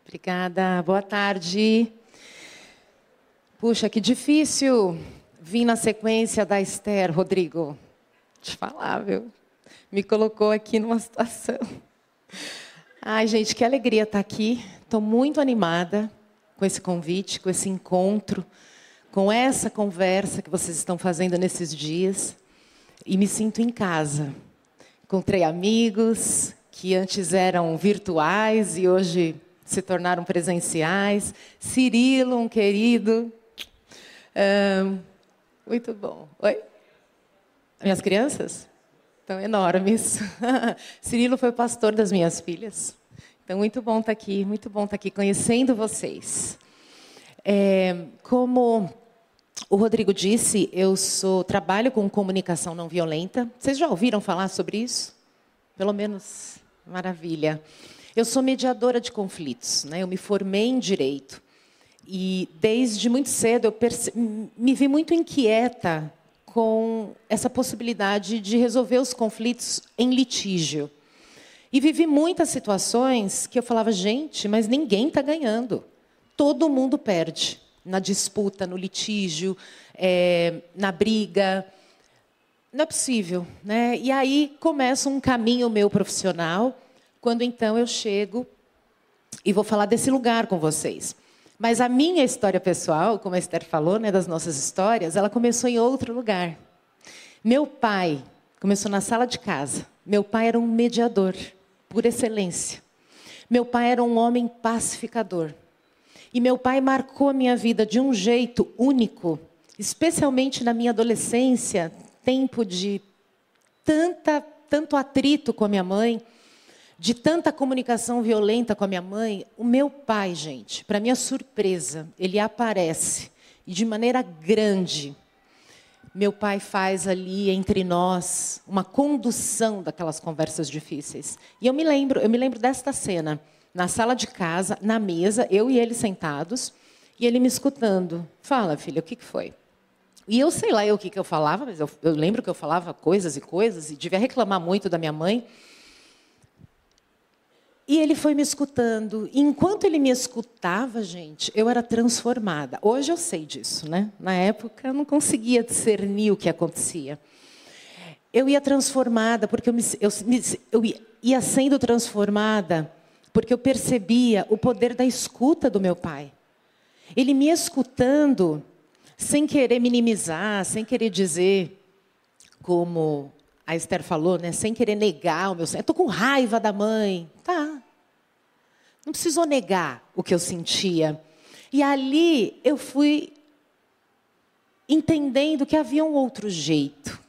Obrigada. Boa tarde. Puxa, que difícil vir na sequência da Esther, Rodrigo. Te falar, viu? Me colocou aqui numa situação. Ai, gente, que alegria estar aqui. Estou muito animada com esse convite, com esse encontro, com essa conversa que vocês estão fazendo nesses dias. E me sinto em casa. Encontrei amigos que antes eram virtuais e hoje se tornaram presenciais. Cirilo, um querido. Muito bom. Oi? Minhas crianças? Estão enormes. Cirilo foi o pastor das minhas filhas. Então, muito bom estar aqui conhecendo vocês. Como o Rodrigo disse, eu trabalho com comunicação não violenta. Vocês já ouviram falar sobre isso? Pelo menos, maravilha. Eu sou mediadora de conflitos, né? Eu me formei em Direito. E, desde muito cedo, eu me vi muito inquieta com essa possibilidade de resolver os conflitos em litígio. E vivi muitas situações que eu falava, gente, mas ninguém está ganhando. Todo mundo perde na disputa, no litígio, na briga. Não é possível, né? E aí começa um caminho meu profissional, quando então eu chego e vou falar desse lugar com vocês. Mas a minha história pessoal, como a Esther falou, né, das nossas histórias, ela começou em outro lugar. Meu pai começou na sala de casa. Meu pai era um mediador, por excelência. Meu pai era um homem pacificador. E meu pai marcou a minha vida de um jeito único, especialmente na minha adolescência, tempo de tanto atrito com a minha mãe, de tanta comunicação violenta com a minha mãe. O meu pai, gente, para minha surpresa, ele aparece, e de maneira grande. Meu pai faz ali entre nós uma condução daquelas conversas difíceis. E eu me lembro desta cena, na sala de casa, na mesa, eu e ele sentados, e ele me escutando. Fala, filha, o que foi? E eu sei lá o que eu falava, mas eu lembro que eu falava coisas, e devia reclamar muito da minha mãe. E ele foi me escutando. E enquanto ele me escutava, gente, eu era transformada. Hoje eu sei disso, né? Na época eu não conseguia discernir o que acontecia. Eu ia transformada, porque eu ia sendo transformada, porque eu percebia o poder da escuta do meu pai. Ele me escutando, sem querer minimizar, sem querer dizer, como a Esther falou, né? Sem querer negar o meu sentimento. Estou com raiva da mãe. Tá. Não precisou negar o que eu sentia. E ali eu fui entendendo que havia um outro jeito.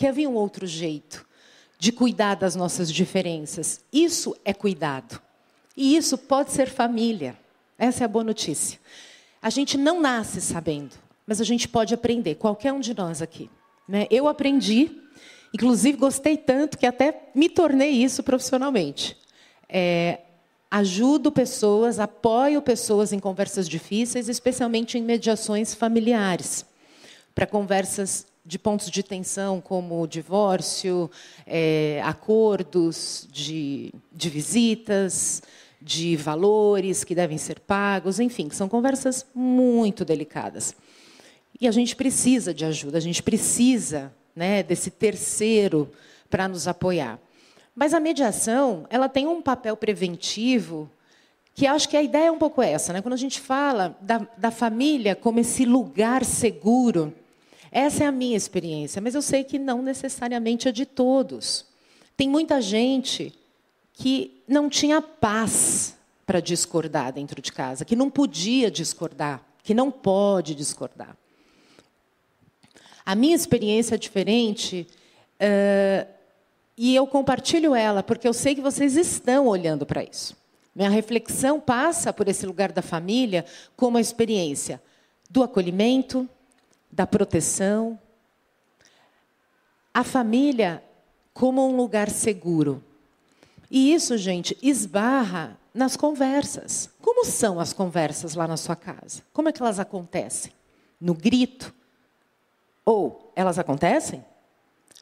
De cuidar das nossas diferenças. Isso é cuidado. E isso pode ser família. Essa é a boa notícia. A gente não nasce sabendo, mas a gente pode aprender. Qualquer um de nós aqui, né? Eu aprendi. Inclusive, gostei tanto que até me tornei isso profissionalmente. Ajudo pessoas, apoio pessoas em conversas difíceis, especialmente em mediações familiares, para conversas de pontos de tensão, como divórcio, acordos de visitas, de valores que devem ser pagos, enfim, são conversas muito delicadas. E a gente precisa de ajuda, a gente precisa, né, desse terceiro para nos apoiar. Mas a mediação, ela tem um papel preventivo, que acho que a ideia é um pouco essa, né? Quando a gente fala da família como esse lugar seguro, essa é a minha experiência, mas eu sei que não necessariamente é de todos. Tem muita gente que não tinha paz para discordar dentro de casa, que não podia discordar, que não pode discordar. A minha experiência é diferente, e eu compartilho ela, porque eu sei que vocês estão olhando para isso. Minha reflexão passa por esse lugar da família como a experiência do acolhimento, da proteção. A família como um lugar seguro. E isso, gente, esbarra nas conversas. Como são as conversas lá na sua casa? Como é que elas acontecem? No grito? Ou elas acontecem?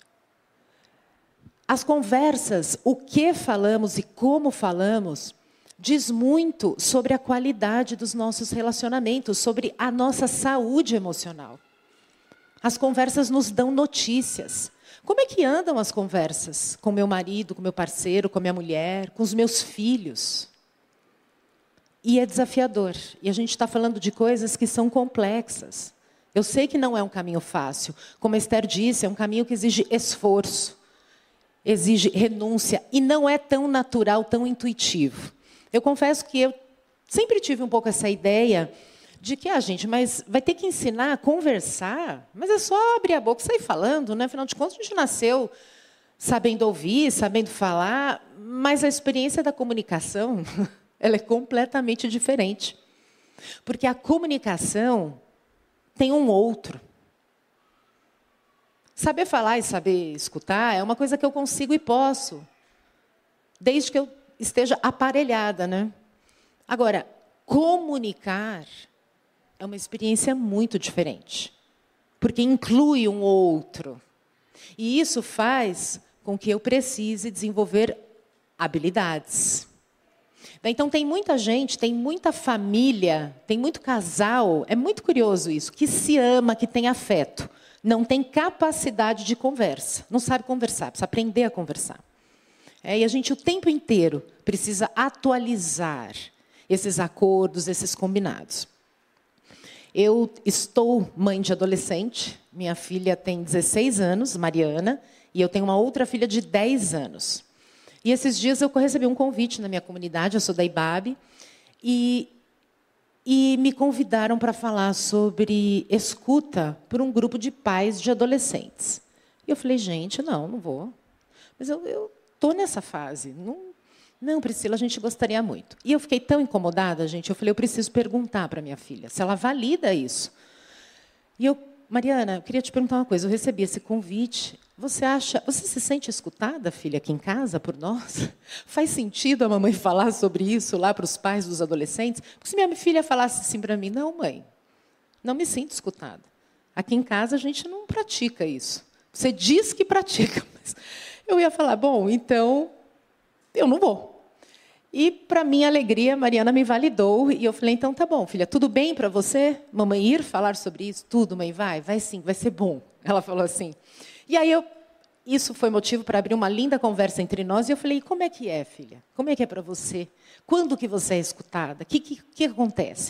As conversas, o que falamos e como falamos, diz muito sobre a qualidade dos nossos relacionamentos, sobre a nossa saúde emocional. As conversas nos dão notícias. Como é que andam as conversas com meu marido, com meu parceiro, com a minha mulher, com os meus filhos? E é desafiador. E a gente está falando de coisas que são complexas. Eu sei que não é um caminho fácil. Como a Esther disse, é um caminho que exige esforço, exige renúncia. E não é tão natural, tão intuitivo. Eu confesso que eu sempre tive um pouco essa ideia de que, gente, mas vai ter que ensinar a conversar, mas é só abrir a boca e sair falando, né? Afinal de contas, a gente nasceu sabendo ouvir, sabendo falar, mas a experiência da comunicação, ela é completamente diferente. Porque a comunicação tem um outro. Saber falar e saber escutar é uma coisa que eu consigo e posso, desde que eu esteja aparelhada, né? Agora, comunicar é uma experiência muito diferente, porque inclui um outro. E isso faz com que eu precise desenvolver habilidades. Então, tem muita gente, tem muita família, tem muito casal, é muito curioso isso, que se ama, que tem afeto, não tem capacidade de conversa, não sabe conversar, precisa aprender a conversar. E a gente o tempo inteiro precisa atualizar esses acordos, esses combinados. Eu estou mãe de adolescente, minha filha tem 16 anos, Mariana, e eu tenho uma outra filha de 10 anos. E esses dias eu recebi um convite na minha comunidade, eu sou da IBAB, e me convidaram para falar sobre escuta por um grupo de pais de adolescentes. E eu falei, gente, não vou. Mas eu estou nessa fase. Não, Priscila, a gente gostaria muito. E eu fiquei tão incomodada, gente, eu falei, eu preciso perguntar para minha filha se ela valida isso. E Mariana, eu queria te perguntar uma coisa, eu recebi esse convite. Você se sente escutada, filha, aqui em casa, por nós? Faz sentido a mamãe falar sobre isso lá para os pais dos adolescentes? Porque se minha filha falasse assim para mim, não, mãe, não me sinto escutada. Aqui em casa a gente não pratica isso. Você diz que pratica, mas eu ia falar, bom, então eu não vou. E, para minha alegria, a Mariana me validou. E eu falei, então, tá bom, filha, tudo bem para você? Mamãe ir falar sobre isso? Tudo, mãe, vai sim, vai ser bom. Ela falou assim. E aí, isso foi motivo para abrir uma linda conversa entre nós. E eu falei, como é que é, filha? Como é que é para você? Quando que você é escutada? O que acontece?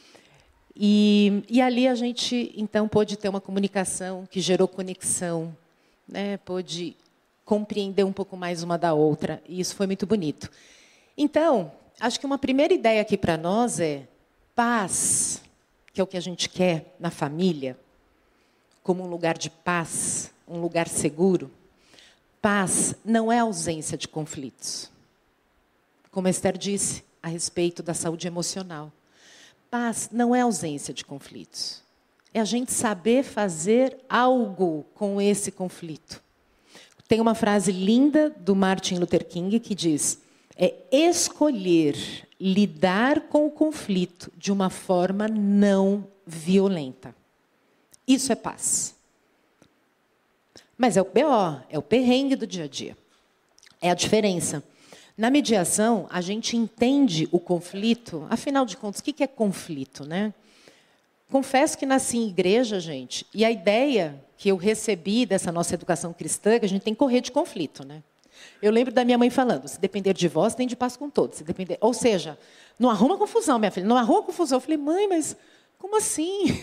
E ali a gente, então, pôde ter uma comunicação que gerou conexão, né? Pôde compreender um pouco mais uma da outra. E isso foi muito bonito. Então, acho que uma primeira ideia aqui para nós é paz, que é o que a gente quer na família, como um lugar de paz, um lugar seguro. Paz não é ausência de conflitos. Como a Esther disse a respeito da saúde emocional. Paz não é ausência de conflitos. É a gente saber fazer algo com esse conflito. Tem uma frase linda do Martin Luther King que diz: é escolher lidar com o conflito de uma forma não violenta. Isso é paz. Mas é o BO, é o perrengue do dia a dia. É a diferença. Na mediação, a gente entende o conflito. Afinal de contas, o que é conflito, né? Confesso que nasci em igreja, gente, e a ideia que eu recebi dessa nossa educação cristã é que a gente tem que correr de conflito, né? Eu lembro da minha mãe falando, se depender de vós, tem de paz com todos. Se depender... Ou seja, não arruma confusão, minha filha, não arruma confusão. Eu falei, mãe, mas como assim?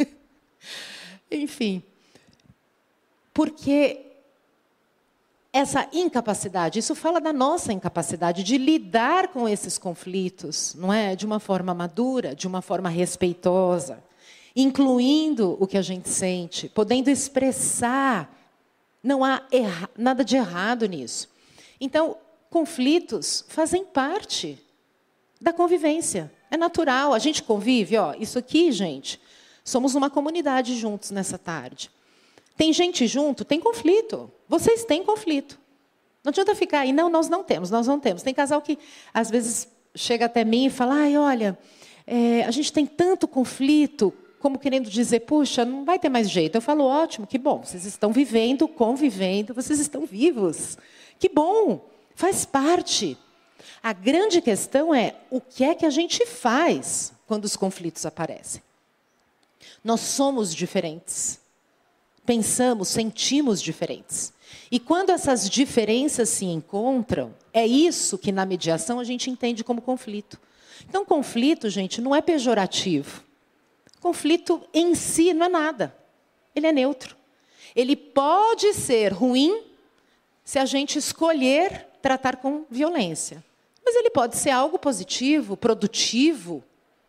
Enfim, porque essa incapacidade, isso fala da nossa incapacidade de lidar com esses conflitos, não é? De uma forma madura, de uma forma respeitosa, incluindo o que a gente sente, podendo expressar. Não há nada de errado nisso. Então, conflitos fazem parte da convivência. É natural, a gente convive. Isso aqui, gente, somos uma comunidade juntos nessa tarde. Tem gente junto, tem conflito. Vocês têm conflito. Não adianta ficar aí, não, nós não temos. Tem casal que, às vezes, chega até mim e fala, olha, a gente tem tanto conflito, como querendo dizer, puxa, não vai ter mais jeito. Eu falo, ótimo, que bom, vocês estão vivendo, convivendo, vocês estão vivos. Que bom, faz parte. A grande questão é o que é que a gente faz quando os conflitos aparecem. Nós somos diferentes. Pensamos, sentimos diferentes. E quando essas diferenças se encontram, é isso que na mediação a gente entende como conflito. Então, conflito, gente, não é pejorativo. Conflito em si não é nada. Ele é neutro. Ele pode ser ruim se a gente escolher tratar com violência. Mas ele pode ser algo positivo, produtivo,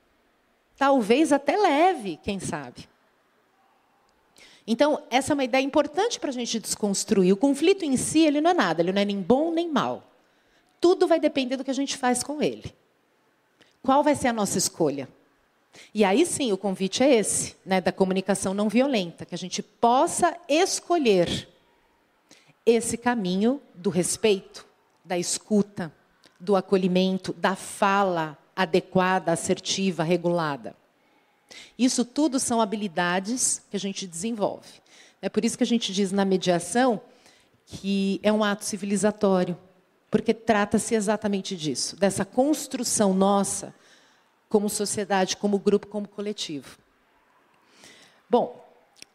talvez até leve, quem sabe. Então, essa é uma ideia importante para a gente desconstruir. O conflito em si, ele não é nada, ele não é nem bom nem mal. Tudo vai depender do que a gente faz com ele. Qual vai ser a nossa escolha? E aí sim, o convite é esse, né, da comunicação não violenta, que a gente possa escolher esse caminho do respeito, da escuta, do acolhimento, da fala adequada, assertiva, regulada. Isso tudo são habilidades que a gente desenvolve. É por isso que a gente diz na mediação que é um ato civilizatório, porque trata-se exatamente disso, dessa construção nossa como sociedade, como grupo, como coletivo. Bom,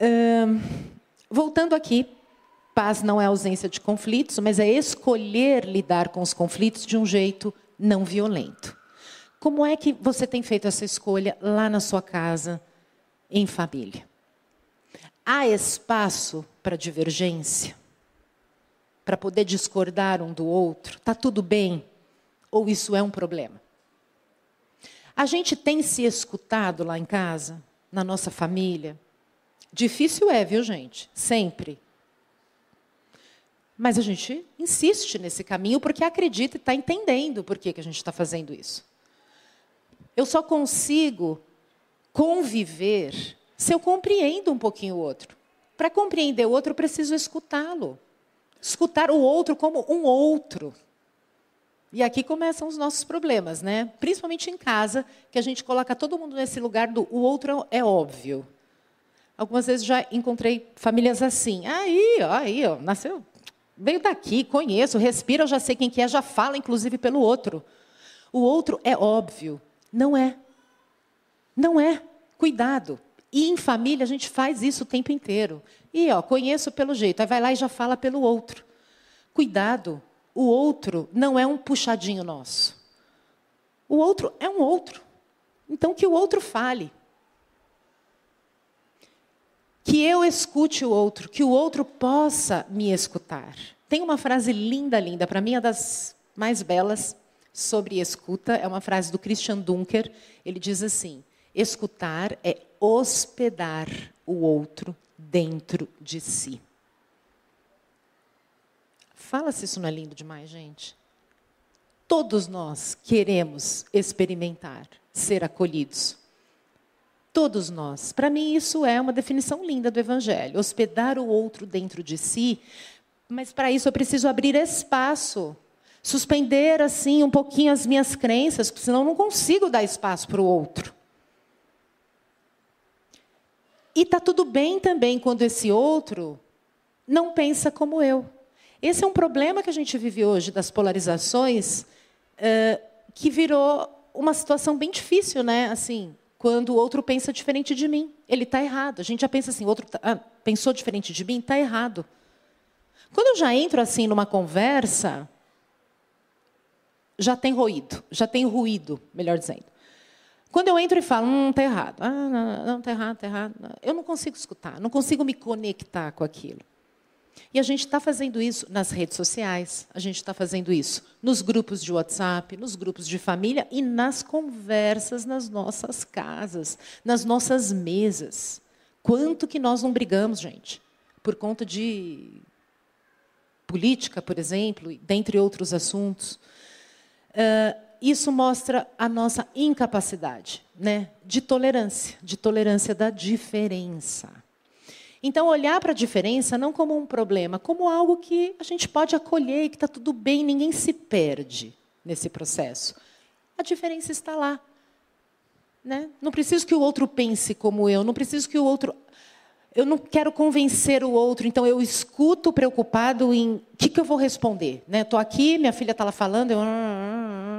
voltando aqui, paz não é ausência de conflitos, mas é escolher lidar com os conflitos de um jeito não violento. Como é que você tem feito essa escolha lá na sua casa, em família? Há espaço para divergência? Para poder discordar um do outro? Está tudo bem? Ou isso é um problema? A gente tem se escutado lá em casa, na nossa família? Difícil é, viu, gente? Sempre. Mas a gente insiste nesse caminho porque acredita e está entendendo por que a gente está fazendo isso. Eu só consigo conviver se eu compreendo um pouquinho o outro. Para compreender o outro, eu preciso escutá-lo. Escutar o outro como um outro. E aqui começam os nossos problemas, né? Principalmente em casa, que a gente coloca todo mundo nesse lugar do o outro é óbvio. Algumas vezes já encontrei famílias assim. Aí, ó, nasceu, veio daqui, conheço, respira, eu já sei quem que é, já fala, inclusive, pelo outro. O outro é óbvio. Não é. Não é. Cuidado. E em família a gente faz isso o tempo inteiro. E, conheço pelo jeito. Aí vai lá e já fala pelo outro. Cuidado. O outro não é um puxadinho nosso. O outro é um outro. Então, que o outro fale. Que eu escute o outro. Que o outro possa me escutar. Tem uma frase linda, linda. Para mim, é das mais belas sobre escuta. É uma frase do Christian Dunker. Ele diz assim: escutar é hospedar o outro dentro de si. Fala se isso não é lindo demais, gente. Todos nós queremos experimentar, ser acolhidos. Todos nós. Para mim, isso é uma definição linda do Evangelho. Hospedar o outro dentro de si, mas para isso eu preciso abrir espaço. Suspender, assim, um pouquinho as minhas crenças, porque senão eu não consigo dar espaço para o outro. E está tudo bem também quando esse outro não pensa como eu. Esse é um problema que a gente vive hoje, das polarizações, que virou uma situação bem difícil, né? Assim, quando o outro pensa diferente de mim. Ele está errado. A gente já pensa assim, o outro pensou diferente de mim, está errado. Quando eu já entro assim numa conversa, já tem ruído, melhor dizendo. Quando eu entro e falo, está errado. Não, está errado, está errado. Eu não consigo escutar, não consigo me conectar com aquilo. E a gente está fazendo isso nas redes sociais, a gente está fazendo isso nos grupos de WhatsApp, nos grupos de família e nas conversas nas nossas casas, nas nossas mesas. Quanto que nós não brigamos, gente, por conta de política, por exemplo, dentre outros assuntos. Isso mostra a nossa incapacidade, né, de tolerância da diferença. Então, olhar para a diferença não como um problema, como algo que a gente pode acolher e que está tudo bem, ninguém se perde nesse processo. A diferença está lá. Né? Não preciso que o outro pense como eu, não preciso que o outro... Eu não quero convencer o outro, então eu escuto preocupado em o que eu vou responder. Estou aqui, minha filha está lá falando,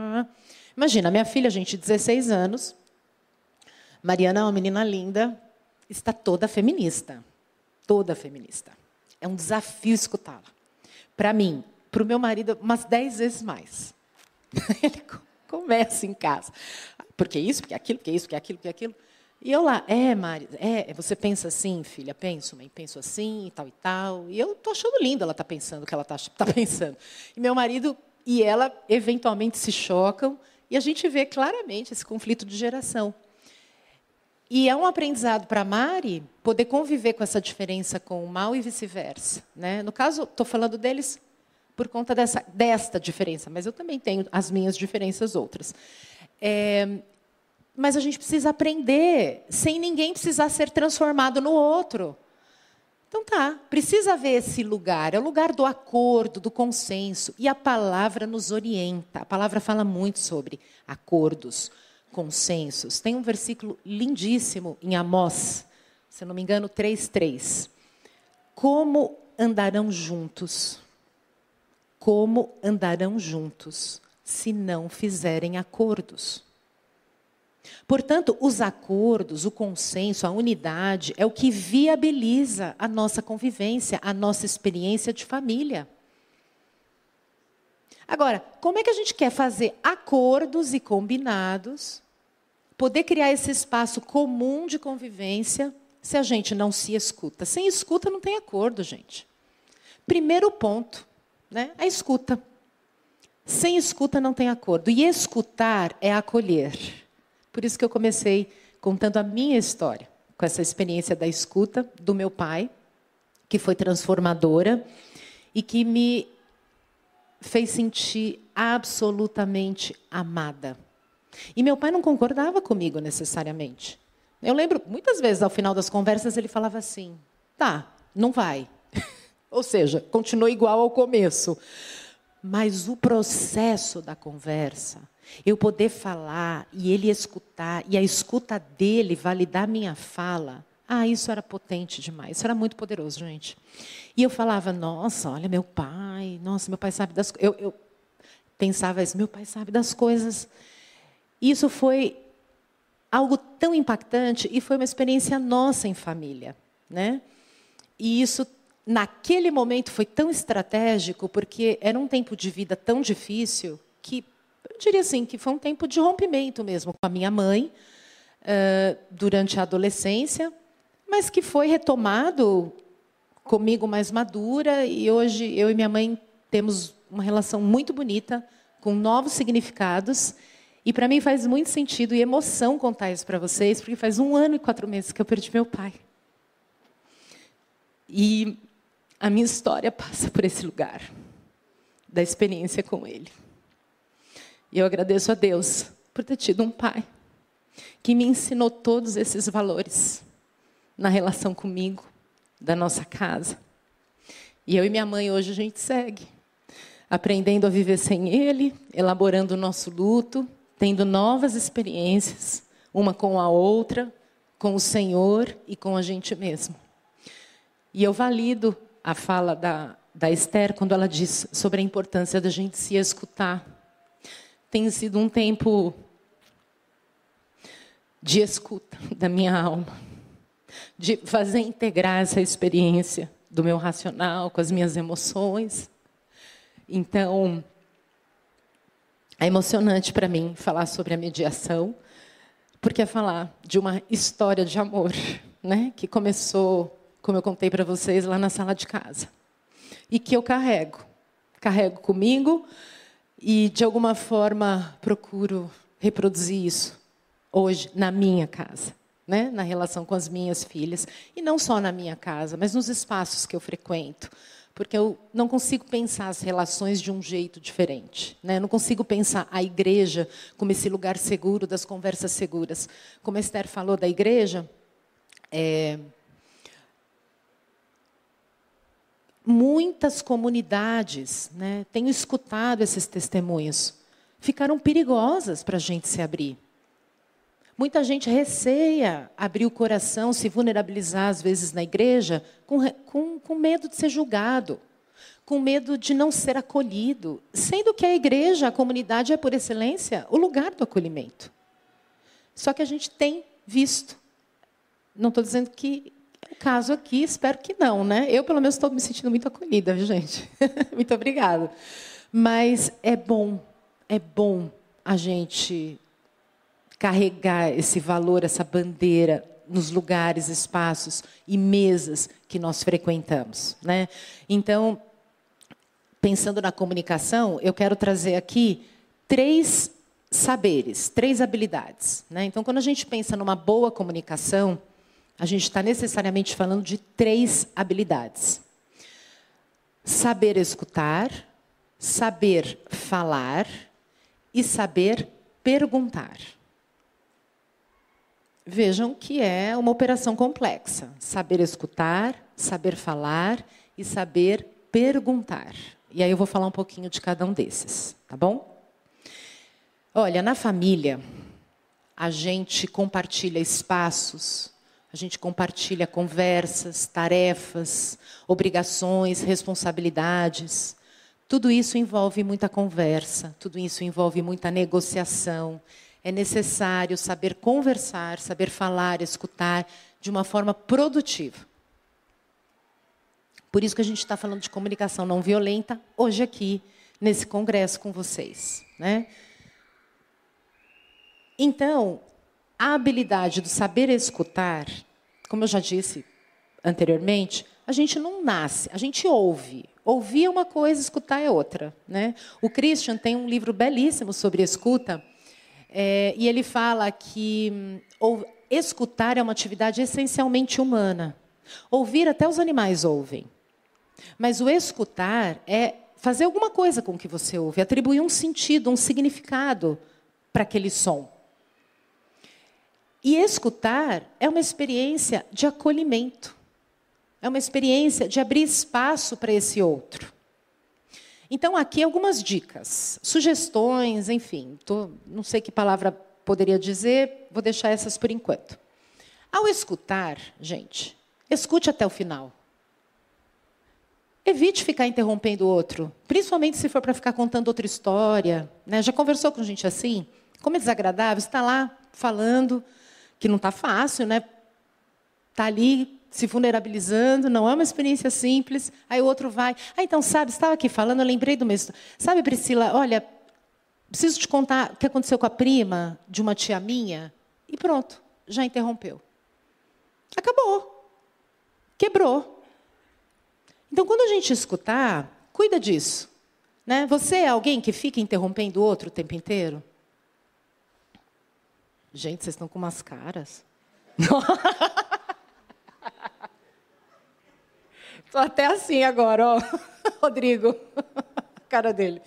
Imagina, minha filha, gente, 16 anos, Mariana é uma menina linda, está toda feminista. Toda feminista. É um desafio escutá-la. Para mim, para o meu marido, umas 10 vezes mais. Ele começa em casa. Porque isso, porque aquilo, porque isso, porque aquilo, porque aquilo. E eu lá, Mari, você pensa assim, filha? Penso, mãe, penso assim, e tal e tal. E eu estou achando lindo ela estar pensando o que ela está pensando. E meu marido e ela, eventualmente, se chocam, e a gente vê claramente esse conflito de geração. E é um aprendizado para a Mari poder conviver com essa diferença com o mal e vice-versa, né? No caso, estou falando deles por conta desta diferença, mas eu também tenho as minhas diferenças outras. Mas a gente precisa aprender sem ninguém precisar ser transformado no outro. Então precisa haver esse lugar, é o lugar do acordo, do consenso. E a palavra nos orienta, a palavra fala muito sobre acordos, consensos. Tem um versículo lindíssimo em Amós, se não me engano, 3:3. Como andarão juntos? Como andarão juntos se não fizerem acordos? Portanto, os acordos, o consenso, a unidade é o que viabiliza a nossa convivência, a nossa experiência de família. Agora, como é que a gente quer fazer acordos e combinados, poder criar esse espaço comum de convivência, se a gente não se escuta? Sem escuta não tem acordo, gente. Primeiro ponto, né? A escuta. Sem escuta não tem acordo. E escutar é acolher. Por isso que eu comecei contando a minha história, com essa experiência da escuta do meu pai, que foi transformadora e que me fez sentir absolutamente amada. E meu pai não concordava comigo necessariamente. Eu lembro, muitas vezes, ao final das conversas, ele falava assim, não vai. Ou seja, continua igual ao começo. Mas o processo da conversa, eu poder falar e ele escutar, e a escuta dele validar a minha fala, isso era potente demais, isso era muito poderoso, gente. E eu falava, nossa, olha, meu pai sabe das coisas. Eu pensava isso, meu pai sabe das coisas. Isso foi algo tão impactante e foi uma experiência nossa em família, né? E isso, naquele momento, foi tão estratégico, porque era um tempo de vida tão difícil que, eu diria assim, que foi um tempo de rompimento mesmo com a minha mãe, durante a adolescência, mas que foi retomado comigo mais madura, e hoje eu e minha mãe temos uma relação muito bonita, com novos significados, e para mim faz muito sentido e emoção contar isso para vocês, porque faz 1 ano e 4 meses que eu perdi meu pai. E a minha história passa por esse lugar, da experiência com ele. E eu agradeço a Deus por ter tido um pai que me ensinou todos esses valores na relação comigo, da nossa casa. E eu e minha mãe hoje a gente segue, aprendendo a viver sem ele, elaborando o nosso luto, tendo novas experiências, uma com a outra, com o Senhor e com a gente mesmo. E eu valido a fala da Esther quando ela diz sobre a importância da gente se escutar. Tem sido um tempo de escuta da minha alma, de fazer integrar essa experiência do meu racional com as minhas emoções. Então, é emocionante para mim falar sobre a mediação, porque é falar de uma história de amor, né, que começou, como eu contei para vocês, lá na sala de casa. E que eu carrego comigo e, de alguma forma, procuro reproduzir isso hoje na minha casa, né? Na relação com as minhas filhas. E não só na minha casa, mas nos espaços que eu frequento. Porque eu não consigo pensar as relações de um jeito diferente, né? Eu não consigo pensar a igreja como esse lugar seguro das conversas seguras. Como a Esther falou da igreja, muitas comunidades, né, tenho escutado esses testemunhos, ficaram perigosas para a gente se abrir. Muita gente receia abrir o coração, se vulnerabilizar, às vezes, na igreja, com medo de ser julgado, com medo de não ser acolhido, sendo que a igreja, a comunidade é, por excelência, o lugar do acolhimento. Só que a gente tem visto. Não estou dizendo que é o caso aqui, espero que não, né? Eu, pelo menos, estou me sentindo muito acolhida, viu, gente? Muito obrigada. Mas é bom a gente carregar esse valor, essa bandeira nos lugares, espaços e mesas que nós frequentamos, né? Então, pensando na comunicação, eu quero trazer aqui 3 saberes, 3 habilidades, né? Então, quando a gente pensa numa boa comunicação, a gente está necessariamente falando de 3 habilidades: saber escutar, saber falar e saber perguntar. Vejam que é uma operação complexa. Saber escutar, saber falar e saber perguntar. E aí eu vou falar um pouquinho de cada um desses, tá bom? Olha, na família, a gente compartilha espaços, a gente compartilha conversas, tarefas, obrigações, responsabilidades. Tudo isso envolve muita conversa, tudo isso envolve muita negociação. É necessário saber conversar, saber falar, escutar de uma forma produtiva. Por isso que a gente está falando de comunicação não violenta hoje aqui, nesse congresso com vocês, né? Então, a habilidade do saber escutar, como eu já disse anteriormente, a gente não nasce, a gente ouve. Ouvir é uma coisa, escutar é outra, né? O Christian tem um livro belíssimo sobre escuta, e ele fala que escutar é uma atividade essencialmente humana. Ouvir, até os animais ouvem. Mas o escutar é fazer alguma coisa com o que você ouve, atribuir um sentido, um significado para aquele som. E escutar é uma experiência de acolhimento. É uma experiência de abrir espaço para esse outro. Então, aqui algumas dicas, sugestões, enfim. Não sei que palavra poderia dizer, vou deixar essas por enquanto. Ao escutar, gente, escute até o final. Evite ficar interrompendo o outro, principalmente se for para ficar contando outra história, né? Já conversou com gente assim? Como é desagradável, você está lá falando, que não está fácil, né? Está ali se vulnerabilizando, não é uma experiência simples. Aí o outro vai. Então, sabe, estava aqui falando, eu lembrei do mesmo. Sabe, Priscila, olha, preciso te contar o que aconteceu com a prima de uma tia minha. E pronto, já interrompeu. Acabou. Quebrou. Então, quando a gente escutar, cuida disso. Né? Você é alguém que fica interrompendo o outro o tempo inteiro? Gente, vocês estão com umas caras. Estou até assim agora, ó. Rodrigo. A cara dele.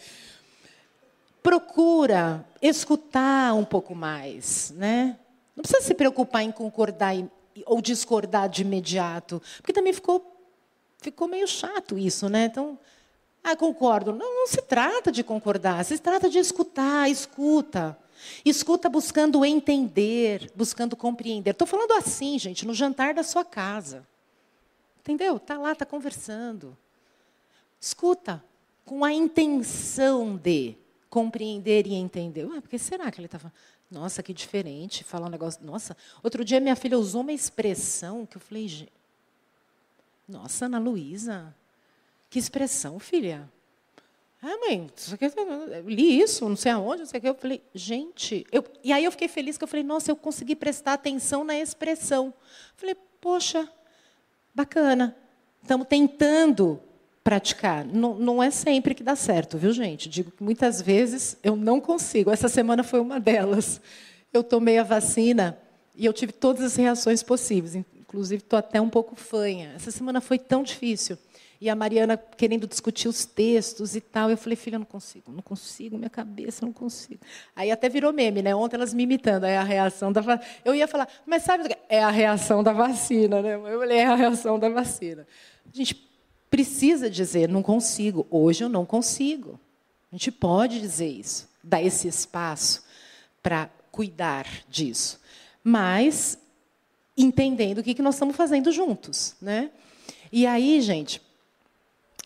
Procura escutar um pouco mais, né? Não precisa se preocupar em concordar ou discordar de imediato, porque também ficou meio chato isso, né? Então, concordo. Não se trata de concordar, se trata de escutar, escuta. Escuta buscando entender, buscando compreender. Estou falando assim, gente, no jantar da sua casa. Entendeu? Está lá, está conversando. Escuta com a intenção de compreender e entender. Por que será que ele está falando? Nossa, que diferente falar um negócio. Nossa, outro dia minha filha usou uma expressão que eu falei, nossa, Ana Luísa, que expressão, filha? Mãe, eu li isso, não sei aonde, não sei o que. Eu falei, gente... E aí eu fiquei feliz, que eu falei, nossa, eu consegui prestar atenção na expressão. Eu falei, poxa, bacana. Estamos tentando praticar. Não é sempre que dá certo, viu, gente? Digo que muitas vezes eu não consigo. Essa semana foi uma delas. Eu tomei a vacina e eu tive todas as reações possíveis. Inclusive, estou até um pouco fanha. Essa semana foi tão difícil. E a Mariana querendo discutir os textos e tal. Eu falei, filha, não consigo, minha cabeça, não consigo. Aí até virou meme, né? Ontem elas me imitando. É a reação da vacina. Eu ia falar, mas sabe o que é a reação da vacina, né? Eu falei, é a reação da vacina. A gente precisa dizer, não consigo. Hoje eu não consigo. A gente pode dizer isso, dar esse espaço para cuidar disso. Mas entendendo o que nós estamos fazendo juntos, né? E aí, gente...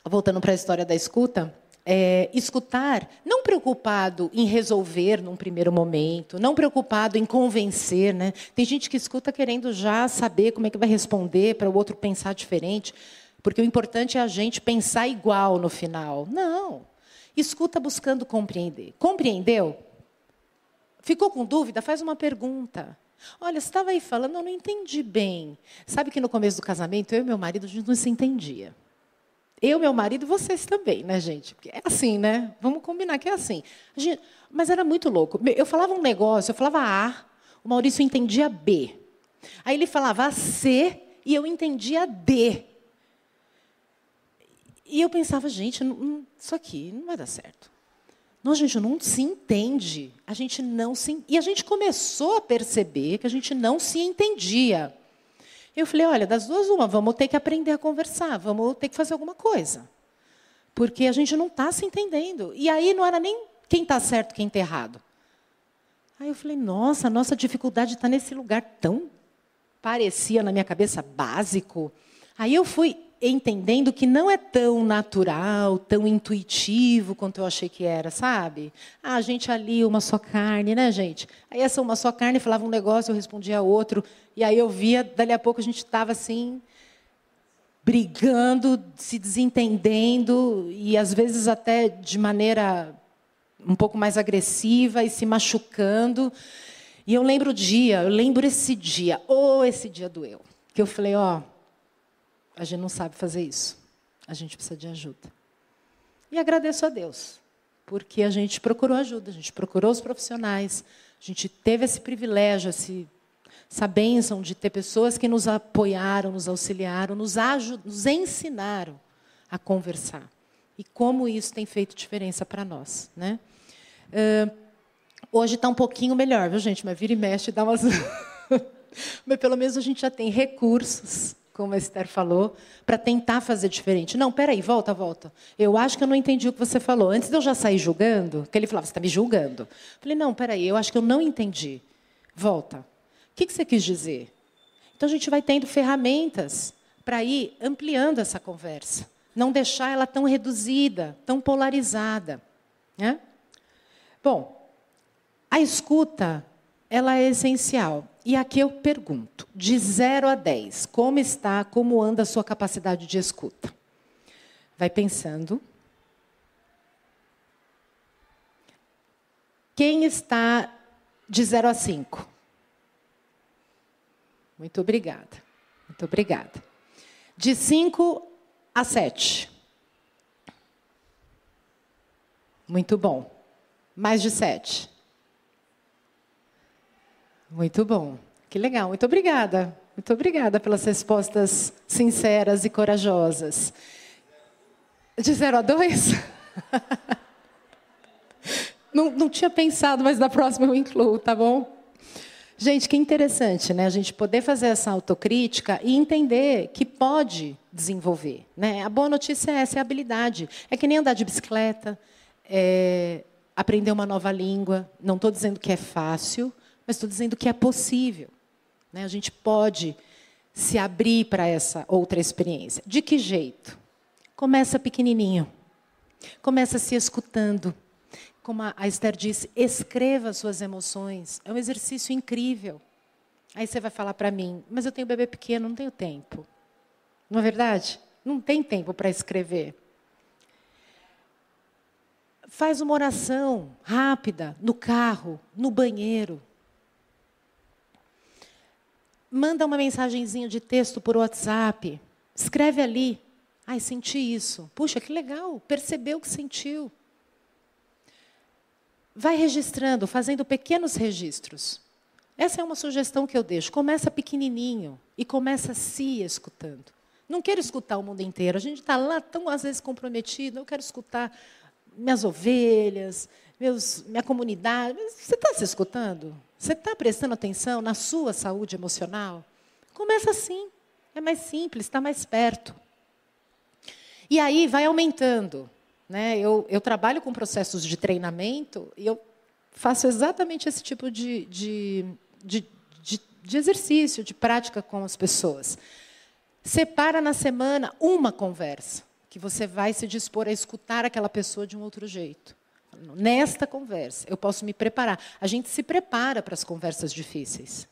voltando para a história da escuta, escutar, não preocupado em resolver num primeiro momento, não preocupado em convencer, né? Tem gente que escuta querendo já saber como é que vai responder para o outro pensar diferente, porque o importante é a gente pensar igual no final. Não. Escuta buscando compreender. Compreendeu? Ficou com dúvida? Faz uma pergunta. Olha, você estava aí falando, eu não entendi bem. Sabe que no começo do casamento, eu e meu marido, a gente não se entendia. Eu, meu marido e vocês também, né, gente? Porque é assim, né? Vamos combinar que é assim. Mas era muito louco. Eu falava um negócio, eu falava A, o Maurício entendia B. Aí ele falava C e eu entendia D. E eu pensava, gente, isso aqui não vai dar certo. Não, a gente não se entende. E a gente começou a perceber que a gente não se entendia. Eu falei, olha, das duas uma, vamos ter que aprender a conversar, vamos ter que fazer alguma coisa. Porque a gente não está se entendendo. E aí não era nem quem está certo, quem está errado. Aí eu falei, nossa, a nossa dificuldade está nesse lugar tão, parecia na minha cabeça, básico. Aí eu fui entendendo que não é tão natural, tão intuitivo quanto eu achei que era, sabe? Ah, a gente ali, uma só carne, né, gente? Aí essa uma só carne falava um negócio, eu respondia outro. E aí eu via, dali a pouco a gente estava assim, brigando, se desentendendo, e às vezes até de maneira um pouco mais agressiva e se machucando. E eu lembro esse dia doeu. Que eu falei, a gente não sabe fazer isso. A gente precisa de ajuda. E agradeço a Deus, porque a gente procurou ajuda, a gente procurou os profissionais, a gente teve esse privilégio, essa bênção de ter pessoas que nos apoiaram, nos auxiliaram, nos ensinaram a conversar. E como isso tem feito diferença para nós, né? Hoje está um pouquinho melhor, viu, gente? Mas vira e mexe, dá umas... Mas pelo menos a gente já tem recursos, como a Esther falou, para tentar fazer diferente. Não, peraí, volta. Eu acho que eu não entendi o que você falou. Antes de eu já sair julgando, porque ele falava, você está me julgando. Eu falei, não, peraí, eu acho que eu não entendi. Volta. O que você quis dizer? Então, a gente vai tendo ferramentas para ir ampliando essa conversa. Não deixar ela tão reduzida, tão polarizada, né? Bom, a escuta, ela é essencial. E aqui eu pergunto, de 0 a 10, como anda a sua capacidade de escuta? Vai pensando. Quem está de 0 a 5? Muito obrigada. Muito obrigada. De 5 a 7. Muito bom. Mais de 7. Muito bom. Que legal. Muito obrigada. Muito obrigada pelas respostas sinceras e corajosas. De 0 a 2? Não tinha pensado, mas da próxima eu incluo, tá bom? Gente, que interessante, né? A gente poder fazer essa autocrítica e entender que pode desenvolver, né? A boa notícia é essa, é a habilidade. É que nem andar de bicicleta, aprender uma nova língua. Não estou dizendo que é fácil, mas estou dizendo que é possível, né? A gente pode se abrir para essa outra experiência. De que jeito? Começa pequenininho. Começa se escutando. Como a Esther disse, escreva suas emoções. É um exercício incrível. Aí você vai falar para mim, mas eu tenho bebê pequeno, não tenho tempo. Não é verdade? Não tem tempo para escrever. Faz uma oração rápida, no carro, no banheiro. Manda uma mensagenzinha de texto por WhatsApp. Escreve ali. Ai, senti isso. Puxa, que legal. Percebeu que sentiu. Vai registrando, fazendo pequenos registros. Essa é uma sugestão que eu deixo. Começa pequenininho e começa se escutando. Não quero escutar o mundo inteiro. A gente está lá tão, às vezes, comprometido. Eu quero escutar minhas ovelhas, minha comunidade. Mas você está se escutando? Você está prestando atenção na sua saúde emocional? Começa assim. É mais simples, está mais perto. E aí vai aumentando. Né? Eu trabalho com processos de treinamento e eu faço exatamente esse tipo de exercício, de prática com as pessoas. Separa na semana uma conversa que você vai se dispor a escutar aquela pessoa de um outro jeito. Nesta conversa, eu posso me preparar. A gente se prepara para as conversas difíceis.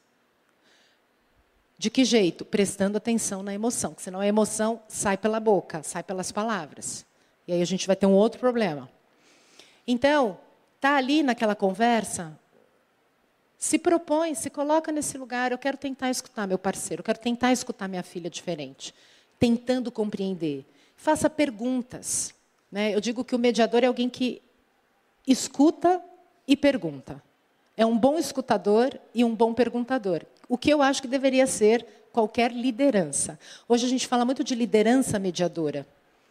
De que jeito? Prestando atenção na emoção, porque senão a emoção sai pela boca, sai pelas palavras. E aí a gente vai ter um outro problema. Então, está ali naquela conversa, se propõe, se coloca nesse lugar. Eu quero tentar escutar meu parceiro, eu quero tentar escutar minha filha diferente, tentando compreender. Faça perguntas. Né? Eu digo que o mediador é alguém que escuta e pergunta. É um bom escutador e um bom perguntador. O que eu acho que deveria ser qualquer liderança. Hoje a gente fala muito de liderança mediadora,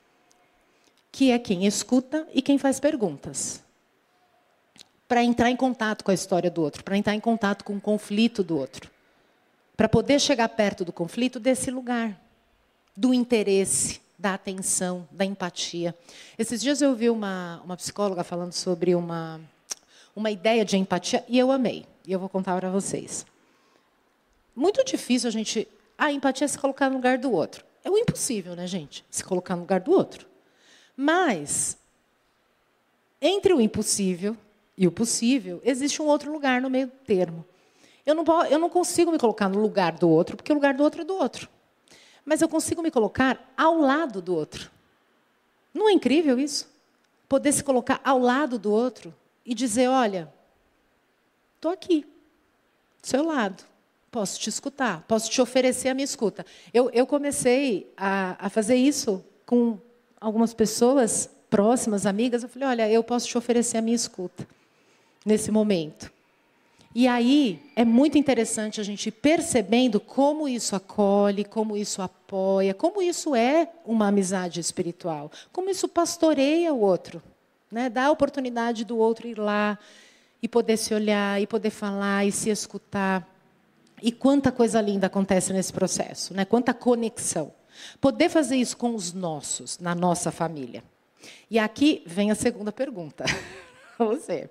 que é quem escuta e quem faz perguntas. Para entrar em contato com a história do outro, para entrar em contato com o conflito do outro. Para poder chegar perto do conflito desse lugar, do interesse, da atenção, da empatia. Esses dias eu ouvi uma psicóloga falando sobre uma ideia de empatia e eu amei. E eu vou contar para vocês. Muito difícil a empatia é se colocar no lugar do outro. É o impossível, né, gente? Se colocar no lugar do outro. Mas, entre o impossível e o possível, existe um outro lugar no meio termo. Eu não consigo me colocar no lugar do outro, porque o lugar do outro é do outro. Mas eu consigo me colocar ao lado do outro. Não é incrível isso? Poder se colocar ao lado do outro e dizer, olha, estou aqui, do seu lado, posso te escutar, posso te oferecer a minha escuta. Eu comecei a fazer isso com algumas pessoas próximas, amigas. Eu falei, olha, eu posso te oferecer a minha escuta nesse momento. E aí é muito interessante a gente ir percebendo como isso acolhe, como isso apoia, como isso é uma amizade espiritual, como isso pastoreia o outro, né? Dá a oportunidade do outro ir lá e poder se olhar, e poder falar, e se escutar. E quanta coisa linda acontece nesse processo, né? Quanta conexão. Poder fazer isso com os nossos, na nossa família. E aqui vem a segunda pergunta. Você.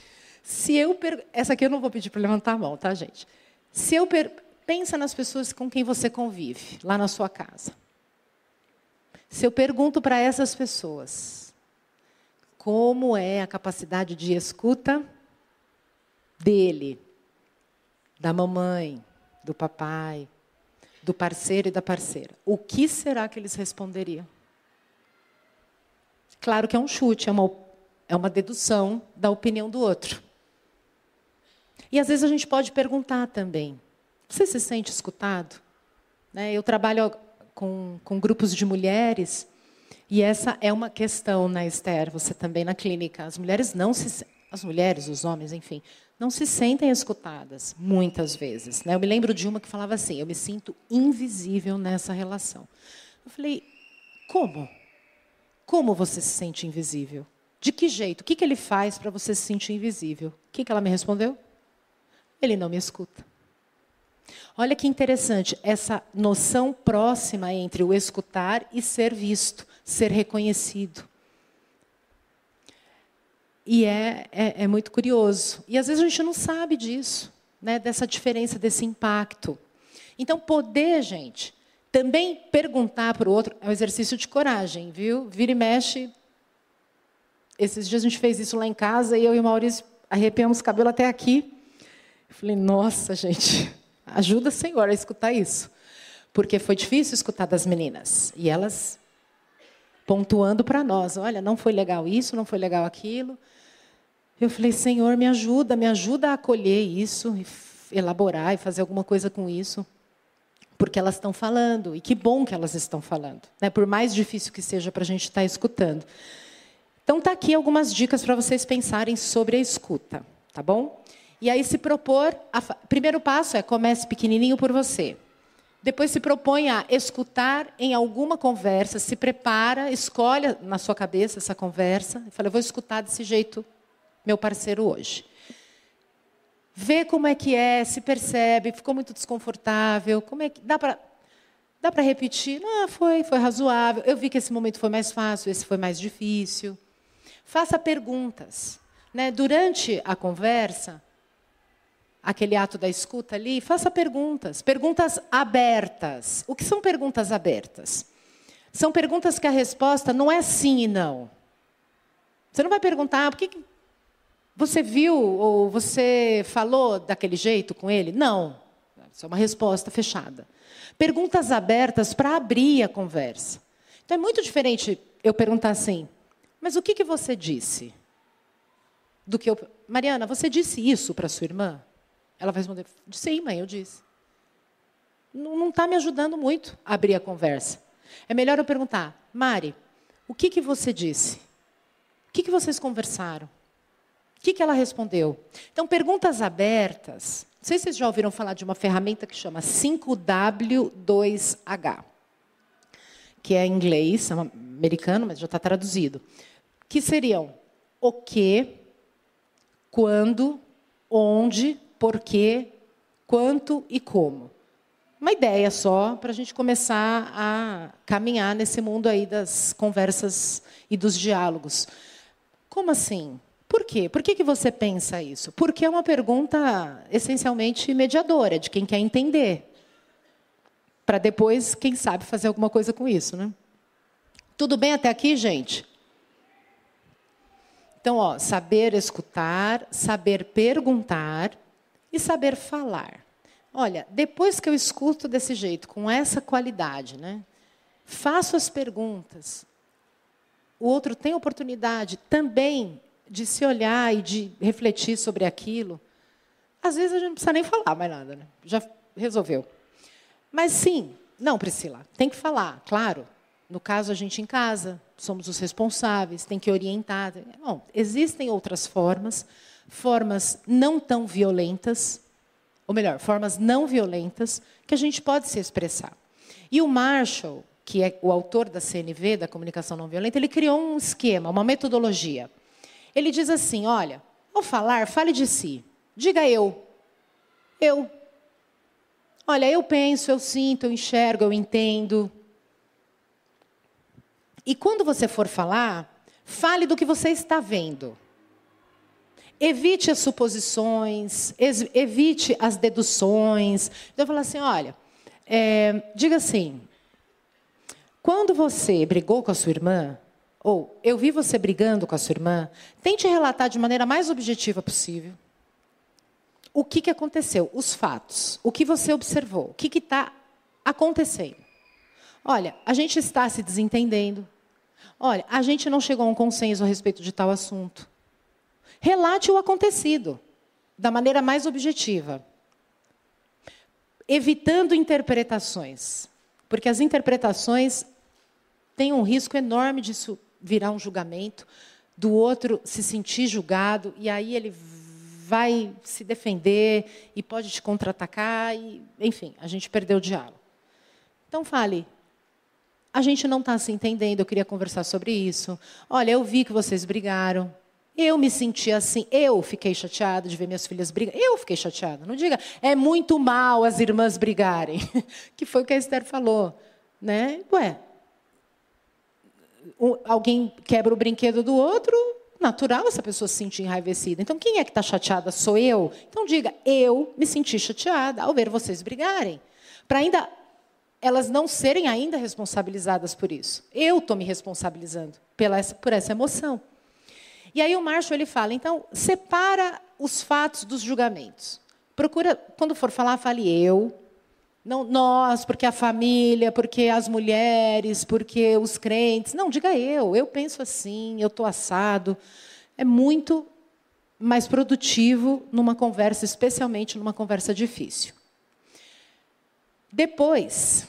Essa aqui eu não vou pedir para levantar a mão, tá, gente? Pensa nas pessoas com quem você convive, lá na sua casa. Se eu pergunto para essas pessoas como é a capacidade de escuta dele, da mamãe, do papai, do parceiro e da parceira, o que será que eles responderiam? Claro que é um chute, é uma dedução da opinião do outro. E, às vezes, a gente pode perguntar também, você se sente escutado? Né? Eu trabalho com grupos de mulheres, e essa é uma questão, né, Esther? Você também na clínica. As mulheres, os homens, enfim, não se sentem escutadas, muitas vezes. Né? Eu me lembro de uma que falava assim, eu me sinto invisível nessa relação. Eu falei, como? Como você se sente invisível? De que jeito? O que ele faz para você se sentir invisível? O que ela me respondeu? Ele não me escuta. Olha que interessante, essa noção próxima entre o escutar e ser visto, ser reconhecido. E é muito curioso. E, às vezes, a gente não sabe disso, né? Dessa diferença, desse impacto. Então, poder, gente, também perguntar para o outro é um exercício de coragem, viu? Vira e mexe. Esses dias a gente fez isso lá em casa e eu e o Maurício arrepiamos o cabelo até aqui. Eu falei, nossa, gente, ajuda, Senhor, a escutar isso. Porque foi difícil escutar das meninas. E elas pontuando para nós, olha, não foi legal isso, não foi legal aquilo. Eu falei, Senhor, me ajuda a acolher isso, elaborar e fazer alguma coisa com isso. Porque elas estão falando, e que bom que elas estão falando. Né? Por mais difícil que seja para a gente estar escutando. Então, está aqui algumas dicas para vocês pensarem sobre a escuta, tá bom? E aí se propor... Primeiro passo é comece pequenininho por você. Depois se propõe a escutar em alguma conversa, se prepara, escolhe na sua cabeça essa conversa, e fala, eu vou escutar desse jeito meu parceiro hoje. Vê como é que é, se percebe, ficou muito desconfortável, como é que dá para repetir? Não, foi razoável. Eu vi que esse momento foi mais fácil, esse foi mais difícil. Faça perguntas, né? Durante a conversa, aquele ato da escuta ali, faça perguntas abertas. O que são perguntas abertas? São perguntas que a resposta não é sim e não. Você não vai perguntar, por que você viu ou você falou daquele jeito com ele? Não. Isso é uma resposta fechada. Perguntas abertas para abrir a conversa. Então, é muito diferente eu perguntar assim, mas o que você disse? Do que eu... Mariana, você disse isso para sua irmã? Ela vai responder, sim, mãe, eu disse. Não está me ajudando muito a abrir a conversa. É melhor eu perguntar, Mari, o que você disse? O que vocês conversaram? O que ela respondeu? Então, perguntas abertas. Não sei se vocês já ouviram falar de uma ferramenta que chama 5W2H, que é em inglês, é americano, mas já está traduzido. Que seriam o que, quando, onde, porquê, quanto e como. Uma ideia só para a gente começar a caminhar nesse mundo aí das conversas e dos diálogos. Como assim? Por quê? Por que você pensa isso? Porque é uma pergunta essencialmente mediadora, de quem quer entender. Para depois, quem sabe, fazer alguma coisa com isso, né? Tudo bem até aqui, gente? Então, saber escutar, saber perguntar e saber falar. Olha, depois que eu escuto desse jeito, com essa qualidade, né, faço as perguntas, o outro tem oportunidade também de se olhar e de refletir sobre aquilo. Às vezes a gente não precisa nem falar mais nada, né? Já resolveu. Mas sim, não, Priscila, tem que falar, claro. No caso, a gente em casa, somos os responsáveis, tem que orientar. Bom, existem outras formas não tão violentas, ou melhor, formas não violentas, que a gente pode se expressar. E o Marshall, que é o autor da CNV, da comunicação não violenta, ele criou um esquema, uma metodologia. Ele diz assim, olha, ao falar, fale de si. Diga eu. Eu. Olha, eu penso, eu sinto, eu enxergo, eu entendo. E quando você for falar, fale do que você está vendo. Evite as suposições, evite as deduções. Então, eu falo assim, olha, diga assim, quando você brigou com a sua irmã, ou eu vi você brigando com a sua irmã, tente relatar de maneira mais objetiva possível o que aconteceu, os fatos, o que você observou, o que está acontecendo. Olha, a gente está se desentendendo. Olha, a gente não chegou a um consenso a respeito de tal assunto. Relate o acontecido, da maneira mais objetiva. Evitando interpretações. Porque as interpretações têm um risco enorme disso virar um julgamento, do outro se sentir julgado, e aí ele vai se defender e pode te contra-atacar, e, enfim, a gente perdeu o diálogo. Então, fale. A gente não está se entendendo, eu queria conversar sobre isso. Olha, eu vi que vocês brigaram. Eu me senti assim, eu fiquei chateada de ver minhas filhas brigarem. Eu fiquei chateada. Não diga, é muito mal as irmãs brigarem. Que foi o que a Esther falou. Né? Ué, alguém quebra o brinquedo do outro, natural essa pessoa se sentir enraivecida. Então, quem é que está chateada? Sou eu? Então, diga, eu me senti chateada ao ver vocês brigarem. Para ainda elas não serem ainda responsabilizadas por isso. Eu estou me responsabilizando por essa emoção. E aí o Marshall ele fala, então, separa os fatos dos julgamentos. Procura, quando for falar, fale eu, não nós, porque a família, porque as mulheres, porque os crentes. Não, diga eu penso assim, eu estou assado. É muito mais produtivo numa conversa, especialmente numa conversa difícil. Depois,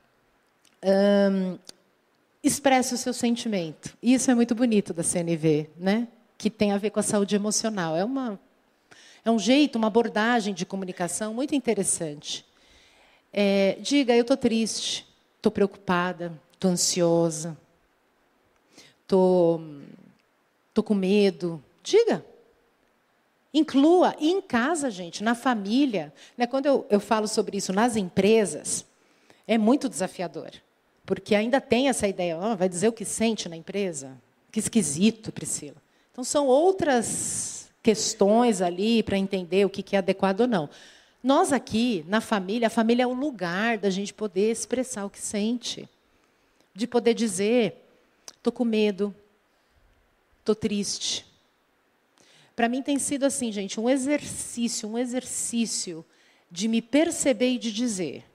expresse o seu sentimento. Isso é muito bonito da CNV, né? Que tem a ver com a saúde emocional. É um jeito, uma abordagem de comunicação muito interessante. Diga, eu estou triste, estou preocupada, estou ansiosa, estou com medo. Diga. Inclua. E em casa, gente, na família. Né? Quando eu falo sobre isso nas empresas, é muito desafiador. Porque ainda tem essa ideia, vai dizer o que sente na empresa? Que esquisito, Priscila. Então, são outras questões ali para entender o que é adequado ou não. Nós aqui, na família, a família é o lugar da gente poder expressar o que sente. de poder dizer, estou com medo, estou triste. Para mim tem sido assim, gente, um exercício de me perceber e de dizer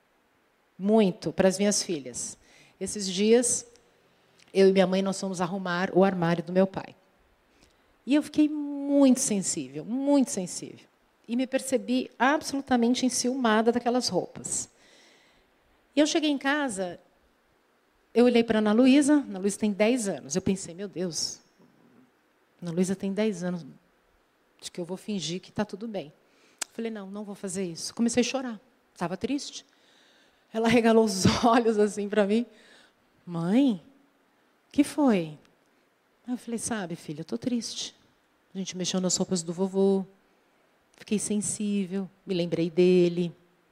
muito para as minhas filhas. Esses dias, eu e minha mãe, nós fomos arrumar o armário do meu pai. E eu fiquei muito sensível, muito sensível. E me percebi absolutamente enciumada daquelas roupas. E eu cheguei em casa, eu olhei para a Ana Luísa tem 10 anos. Eu pensei, meu Deus, Ana Luísa tem 10 anos, acho que eu vou fingir que está tudo bem. Falei, não vou fazer isso. Comecei a chorar, estava triste. Ela regalou os olhos assim para mim. Mãe, o que foi? Eu falei, sabe, filha, eu estou triste. A gente mexeu nas roupas do vovô, fiquei sensível, me lembrei dele.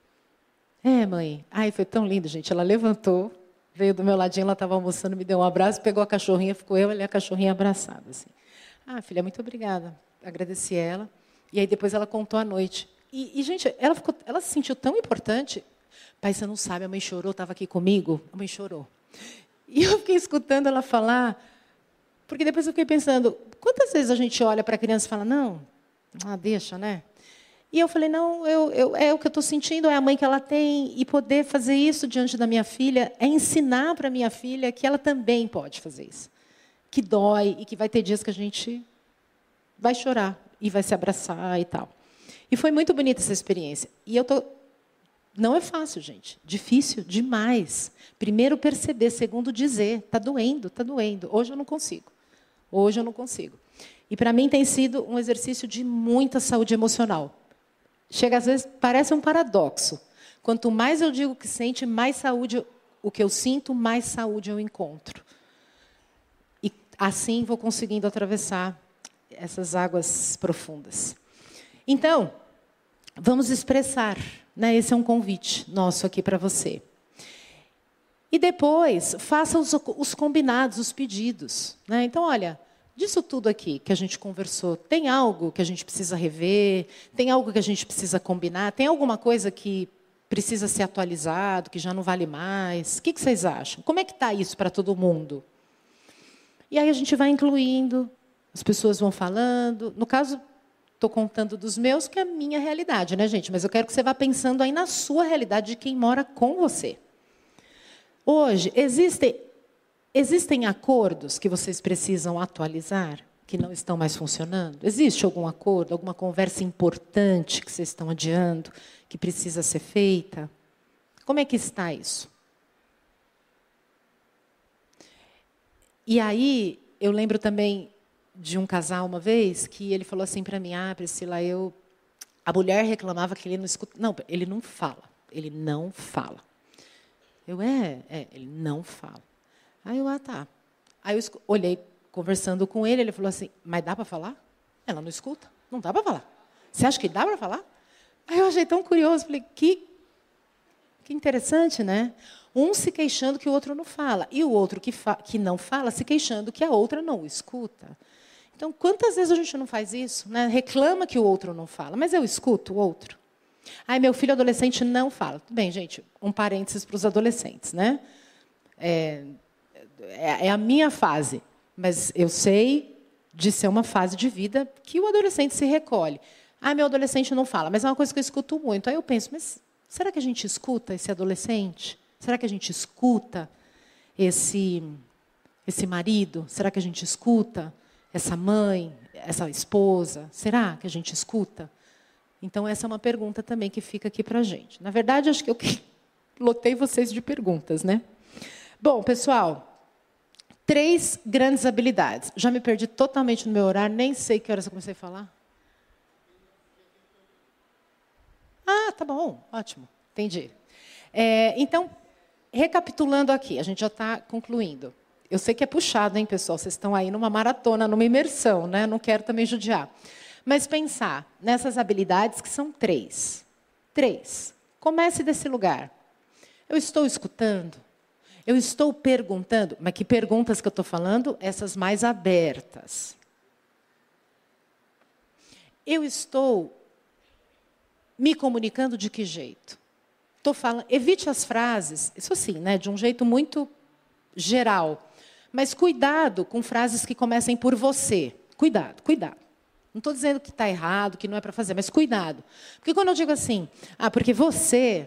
Mãe. Ai, foi tão lindo, gente. Ela levantou, veio do meu ladinho, ela estava almoçando, me deu um abraço, pegou a cachorrinha, ficou eu e a cachorrinha abraçada. Assim. Ah, filha, muito obrigada. Agradeci ela. E aí depois ela contou à noite. E gente, ela se sentiu tão importante. Pai, você não sabe, a mãe chorou, estava aqui comigo. A mãe chorou. E eu fiquei escutando ela falar, porque depois eu fiquei pensando, quantas vezes a gente olha para a criança e fala, não, deixa, né? E eu falei, não, é o que eu estou sentindo, é a mãe que ela tem, e poder fazer isso diante da minha filha é ensinar para a minha filha que ela também pode fazer isso. Que dói e que vai ter dias que a gente vai chorar e vai se abraçar e tal. E foi muito bonita essa experiência. E não é fácil, gente. Difícil demais. Primeiro, perceber. Segundo, dizer. Está doendo, está doendo. Hoje eu não consigo. E, para mim, tem sido um exercício de muita saúde emocional. Chega, às vezes, parece um paradoxo. Quanto mais eu digo que sente, mais saúde o que eu sinto, mais saúde eu encontro. E, assim, vou conseguindo atravessar essas águas profundas. Então, vamos expressar. Né? Esse é um convite nosso aqui para você. E depois, faça os combinados, os pedidos. Né? Então, olha, disso tudo aqui que a gente conversou, tem algo que a gente precisa rever? Tem algo que a gente precisa combinar? Tem alguma coisa que precisa ser atualizado, que já não vale mais? O que vocês acham? Como é que está isso para todo mundo? E aí a gente vai incluindo, as pessoas vão falando. No caso, estou contando dos meus, que é a minha realidade, né, gente? Mas eu quero que você vá pensando aí na sua realidade, de quem mora com você. Hoje, existem acordos que vocês precisam atualizar, que não estão mais funcionando? Existe algum acordo, alguma conversa importante que vocês estão adiando, que precisa ser feita? Como é que está isso? E aí, eu lembro também de um casal uma vez que ele falou assim para mim, Priscila, a mulher reclamava que ele não escuta. Não, ele não fala. Ele não fala. Ele não fala. Aí eu, tá. Aí eu olhei, conversando com ele, ele falou assim, mas dá para falar? Ela não escuta? Não dá para falar. Você acha que dá para falar? Aí eu achei tão curioso, falei, que interessante, né? Um se queixando que o outro não fala, e o outro que não fala se queixando que a outra não o escuta. Então, quantas vezes a gente não faz isso? Né? Reclama que o outro não fala, mas eu escuto o outro. Meu filho adolescente não fala. Tudo bem, gente, um parênteses para os adolescentes. Né? É a minha fase, mas eu sei de ser uma fase de vida que o adolescente se recolhe. Meu adolescente não fala, mas é uma coisa que eu escuto muito. Aí eu penso, mas será que a gente escuta esse adolescente? Será que a gente escuta esse marido? Será que a gente escuta essa mãe, essa esposa? Será que a gente escuta? Então, essa é uma pergunta também que fica aqui para a gente. Na verdade, acho que eu lotei vocês de perguntas, né? Bom, pessoal, 3 grandes habilidades. Já me perdi totalmente no meu horário, nem sei que horas eu comecei a falar. Tá bom, ótimo, entendi. Então, recapitulando aqui, a gente já está concluindo. Eu sei que é puxado, hein, pessoal? Vocês estão aí numa maratona, numa imersão, né? Não quero também judiar. Mas pensar nessas habilidades que são 3. 3. Comece desse lugar. Eu estou escutando? Eu estou perguntando? Mas que perguntas que eu estou falando? Essas mais abertas. Eu estou me comunicando de que jeito? Estou falando, evite as frases, isso assim, né, de um jeito muito geral. Mas cuidado com frases que comecem por você. Cuidado, cuidado. Não estou dizendo que está errado, que não é para fazer, mas cuidado. Porque quando eu digo assim, porque você,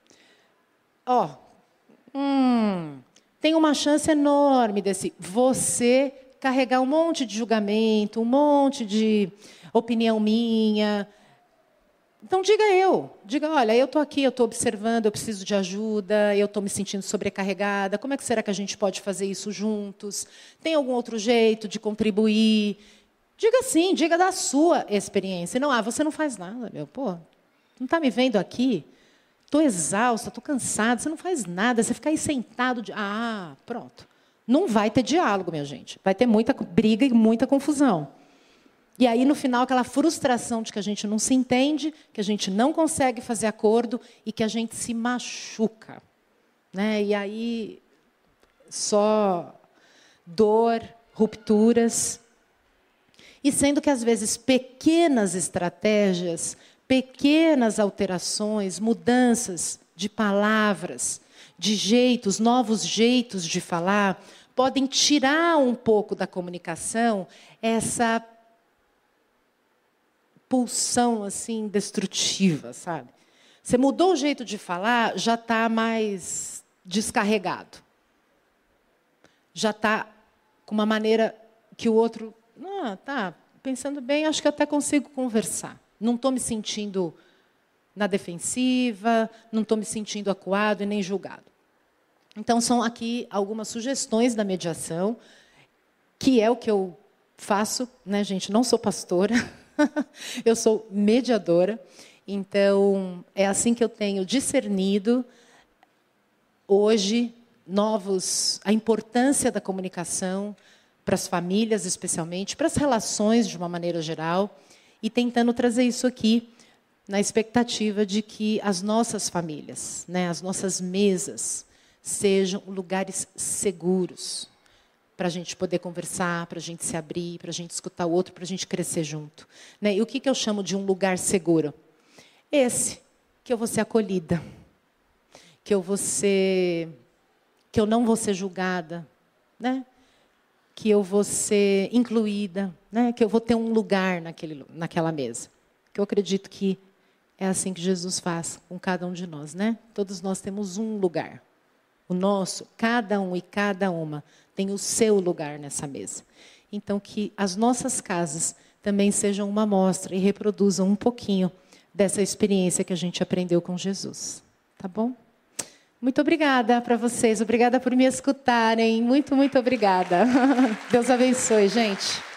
tem uma chance enorme desse você carregar um monte de julgamento, um monte de opinião minha. Então, diga, olha, eu estou aqui, eu estou observando, eu preciso de ajuda, eu estou me sentindo sobrecarregada, como é que será que a gente pode fazer isso juntos? Tem algum outro jeito de contribuir? Diga sim, diga da sua experiência. Não, você não faz nada, não está me vendo aqui? Estou exausta, estou cansada, você não faz nada, você fica aí sentado, pronto. Não vai ter diálogo, minha gente, vai ter muita briga e muita confusão. E aí, no final, aquela frustração de que a gente não se entende, que a gente não consegue fazer acordo e que a gente se machuca. Né? E aí, só dor, rupturas. E sendo que, às vezes, pequenas estratégias, pequenas alterações, mudanças de palavras, de jeitos, novos jeitos de falar, podem tirar um pouco da comunicação essa pulsão assim destrutiva, sabe? Você mudou o jeito de falar, já está mais descarregado. Já está com uma maneira que o outro, tá pensando bem, acho que até consigo conversar. Não estou me sentindo na defensiva, não estou me sentindo acuado e nem julgado. Então, são aqui algumas sugestões da mediação, que é o que eu faço, né, gente? Não sou pastora. Eu sou mediadora, então é assim que eu tenho discernido hoje a importância da comunicação para as famílias, especialmente, para as relações de uma maneira geral, e tentando trazer isso aqui na expectativa de que as nossas famílias, né, as nossas mesas, sejam lugares seguros, para a gente poder conversar, para a gente se abrir, para a gente escutar o outro, para a gente crescer junto. Né? E o que eu chamo de um lugar seguro? Esse, que eu vou ser acolhida, que eu não vou ser julgada, né? Que eu vou ser incluída, né? Que eu vou ter um lugar naquela mesa. Que eu acredito que é assim que Jesus faz com cada um de nós. Né? Todos nós temos um lugar. O nosso, cada um e cada uma, tem o seu lugar nessa mesa. Então, que as nossas casas também sejam uma amostra e reproduzam um pouquinho dessa experiência que a gente aprendeu com Jesus. Tá bom? Muito obrigada para vocês. Obrigada por me escutarem. Muito, muito obrigada. Deus abençoe, gente.